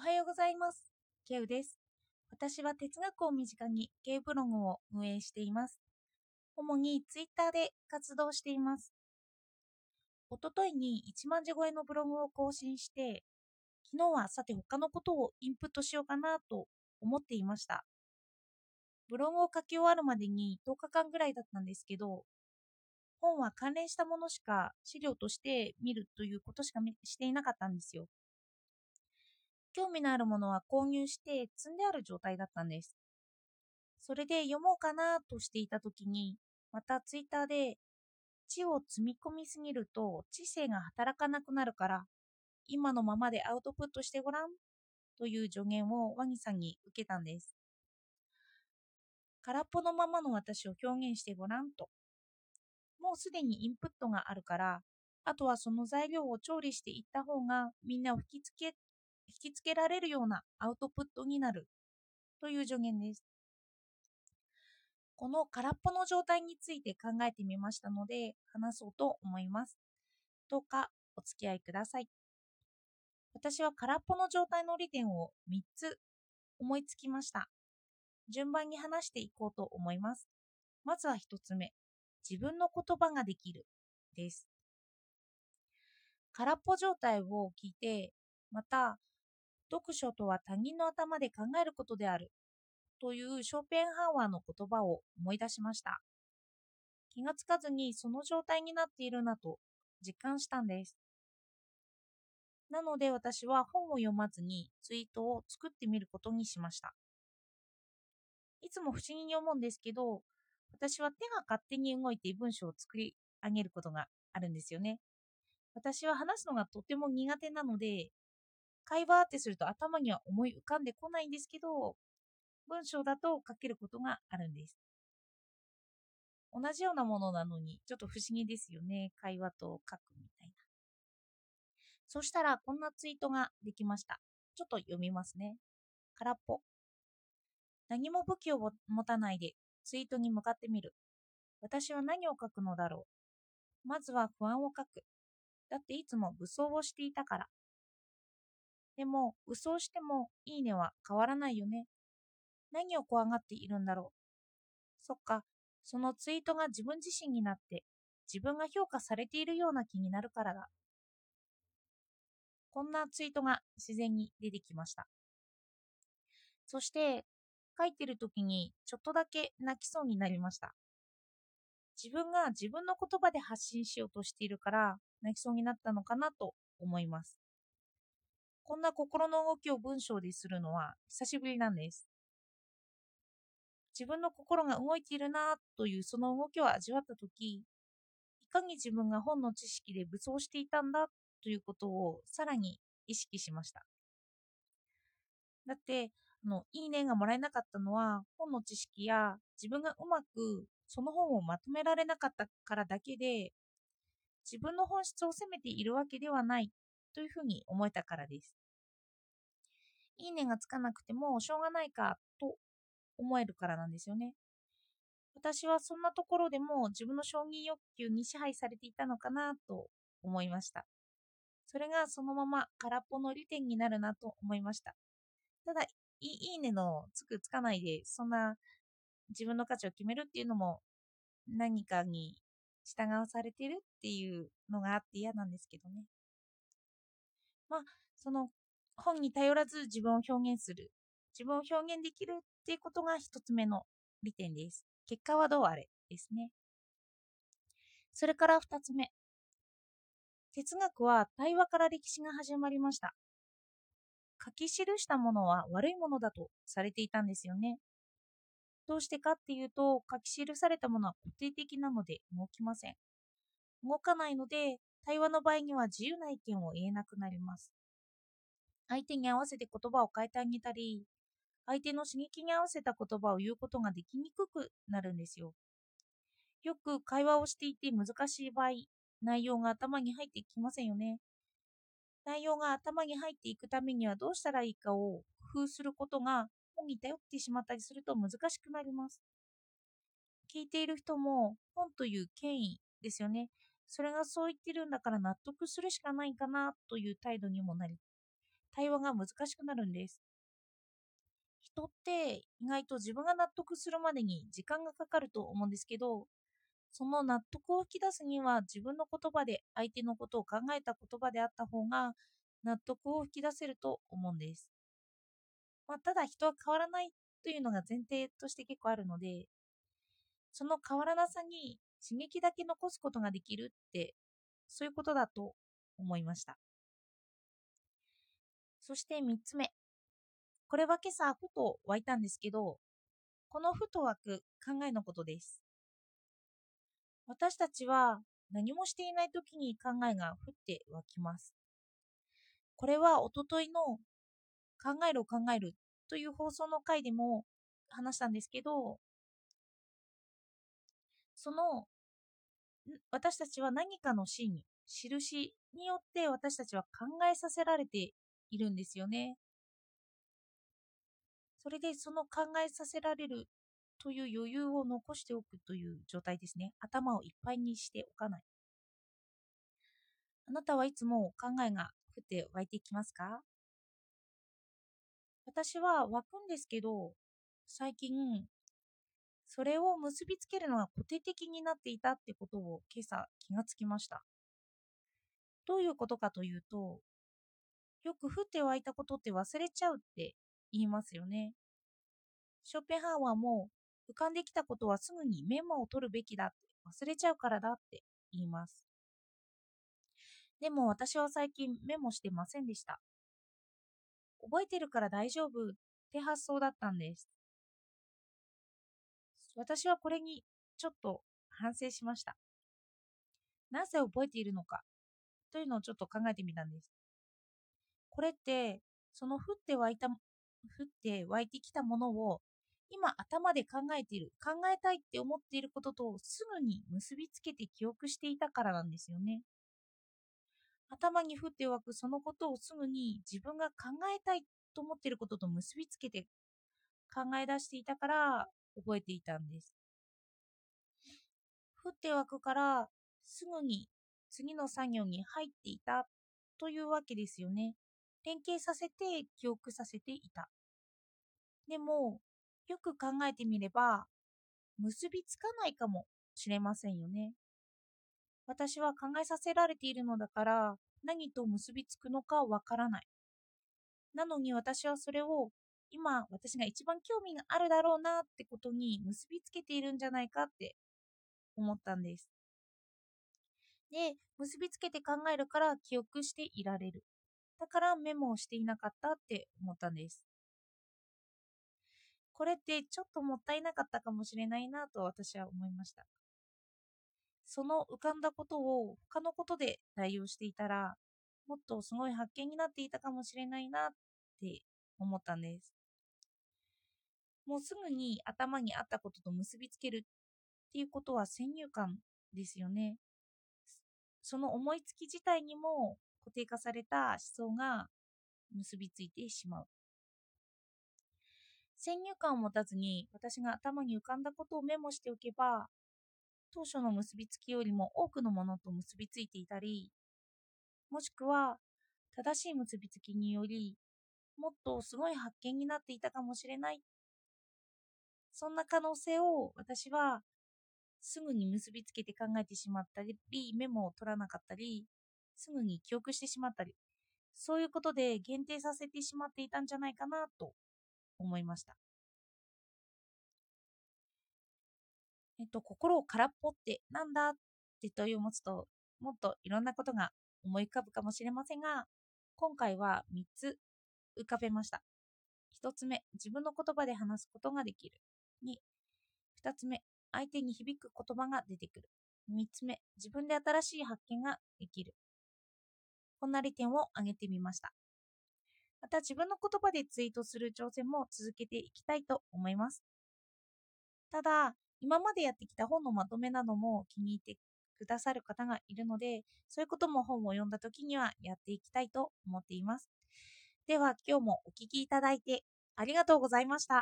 おはようございます。ケウです。私は哲学を身近にケウブログを運営しています。主にツイッターで活動しています。おとといに1万字超えのブログを更新して、昨日はさて他のことをインプットしようかなと思っていました。ブログを書き終わるまでに10日間ぐらいだったんですけど、本は関連したものしか資料として見るということしかしていなかったんですよ。興味のあるものは購入して積んである状態だったんです。それで読もうかなとしていた時に、またツイッターで知を積み込みすぎると知性が働かなくなるから、今のままでアウトプットしてごらんという助言をワニさんに受けたんです。空っぽのままの私を表現してごらんと。もうすでにインプットがあるから、あとはその材料を調理していった方がみんなを引きつけられるようなアウトプットになるという助言です。この空っぽの状態について考えてみましたので話そうと思います。どうかお付き合いください。私は空っぽの状態の利点を3つ思いつきました。順番に話していこうと思います。まずは1つ目、自分の言葉ができるです。空っぽ状態を聞いて、また読書とは他人の頭で考えることであるというショーペンハワーの言葉を思い出しました。気がつかずにその状態になっているなと実感したんです。なので私は本を読まずにツイートを作ってみることにしました。いつも不思議に思うんですけど、私は手が勝手に動いて文章を作り上げることがあるんですよね。私は話すのがとても苦手なので、会話ってすると頭には思い浮かんでこないんですけど、文章だと書けることがあるんです。同じようなものなのにちょっと不思議ですよね。会話と書くみたいな。そしたらこんなツイートができました。ちょっと読みますね。空っぽ。何も武器を持たないでツイートに向かってみる。私は何を書くのだろう。まずは不安を書く。だっていつも武装をしていたから。でも、武装してもいいねは変わらないよね。何を怖がっているんだろう。そっか、そのツイートが自分自身になって、自分が評価されているような気になるからだ。こんなツイートが自然に出てきました。そして、書いてる時にちょっとだけ泣きそうになりました。自分が自分の言葉で発信しようとしているから泣きそうになったのかなと思います。こんな心の動きを文章でするのは久しぶりなんです。自分の心が動いているなというその動きを味わったとき、いかに自分が本の知識で武装していたんだということをさらに意識しました。だって、いいねがもらえなかったのは本の知識や自分がうまくその本をまとめられなかったからだけで、自分の本質を責めているわけではないというふうに思えたからです。いいねがつかなくてもしょうがないかと思えるからなんですよね。私はそんなところでも自分の承認欲求に支配されていたのかなと思いました。それがそのまま空っぽの利点になるなと思いました。ただ、いいねのつくつかないで、そんな自分の価値を決めるっていうのも何かに従わされてるっていうのがあって嫌なんですけどね。まあ、その本に頼らず自分を表現する。自分を表現できるっていうことが一つ目の利点です。結果はどうあれですね。それから二つ目。哲学は対話から歴史が始まりました。書き記したものは悪いものだとされていたんですよね。どうしてかっていうと、書き記されたものは固定的なので動きません。動かないので、対話の場合には自由な意見を言えなくなります。相手に合わせて言葉を変えてあげたり、相手の刺激に合わせた言葉を言うことができにくくなるんですよ。よく会話をしていて難しい場合、内容が頭に入ってきませんよね。内容が頭に入っていくためにはどうしたらいいかを工夫することが本に頼ってしまったりすると難しくなります。聞いている人も本という権威ですよね。それがそう言ってるんだから納得するしかないかなという態度にもなり、 対話が難しくなるんです。人って意外と自分が納得するまでに時間がかかると思うんですけど、その納得を引き出すには自分の言葉で相手のことを考えた言葉であった方が納得を引き出せると思うんです。ただ人は変わらないというのが前提として結構あるので、その変わらなさに刺激だけ残すことができるって、そういうことだと思いました。そして3つ目。これは今朝ふと湧いたんですけど、このふと湧く考えのことです。私たちは何もしていない時に考えがふって湧きます。これはおとといの考えるを考えるという放送の回でも話したんですけど、その私たちは何かのシーン、印によって私たちは考えさせられているんですよね。それでその考えさせられるという余裕を残しておくという状態ですね。頭をいっぱいにしておかない。あなたはいつも考えが降って湧いてきますか？私は湧くんですけど、最近それを結びつけるのが固定的になっていたってことを今朝気がつきました。どういうことかというと、よく降って湧いたことって忘れちゃうって言いますよね。ショペンハーワーも浮かんできたことはすぐにメモを取るべきだって忘れちゃうからだって言います。でも私は最近メモしてませんでした。覚えてるから大丈夫って発想だったんです。私はこれにちょっと反省しました。なぜ覚えているのかというのをちょっと考えてみたんです。これってその降って湧いてきたものを今頭で考えている、考えたいって思っていることとすぐに結びつけて記憶していたからなんですよね。頭に降って湧くそのことをすぐに自分が考えたいと思っていることと結びつけて考え出していたから覚えていたんです。降って湧くからすぐに次の作業に入っていたというわけですよね。連携させて記憶させていた。でも、よく考えてみれば、結びつかないかもしれませんよね。私は考えさせられているのだから、何と結びつくのかわからない。なのに私はそれを今私が一番興味があるだろうなってことに結びつけているんじゃないかって思ったんです。で、結びつけて考えるから記憶していられる。だからメモをしていなかったって思ったんです。これってちょっともったいなかったかもしれないなと私は思いました。その浮かんだことを他のことで代用していたら、もっとすごい発見になっていたかもしれないなって思ったんです。もうすぐに頭にあったことと結びつけるっていうことは先入観ですよね。その思いつき自体にも固定化された思想が結びついてしまう。先入観を持たずに私が頭に浮かんだことをメモしておけば、当初の結びつきよりも多くのものと結びついていたり、もしくは正しい結びつきによりもっとすごい発見になっていたかもしれない。そんな可能性を私はすぐに結びつけて考えてしまったり、メモを取らなかったり、すぐに記憶してしまったり、そういうことで限定させてしまっていたんじゃないかなと思いました。心を空っぽってなんだって問いを持つと、もっといろんなことが思い浮かぶかもしれませんが、今回は3つ浮かべました。1つ目、自分の言葉で話すことができる。2、2つ目、相手に響く言葉が出てくる。3つ目、自分で新しい発見ができる。こんな利点を挙げてみました。また自分の言葉でツイートする挑戦も続けていきたいと思います。ただ、今までやってきた本のまとめなども気に入ってくださる方がいるので、そういうことも本を読んだ時にはやっていきたいと思っています。では今日もお聞きいただいてありがとうございました。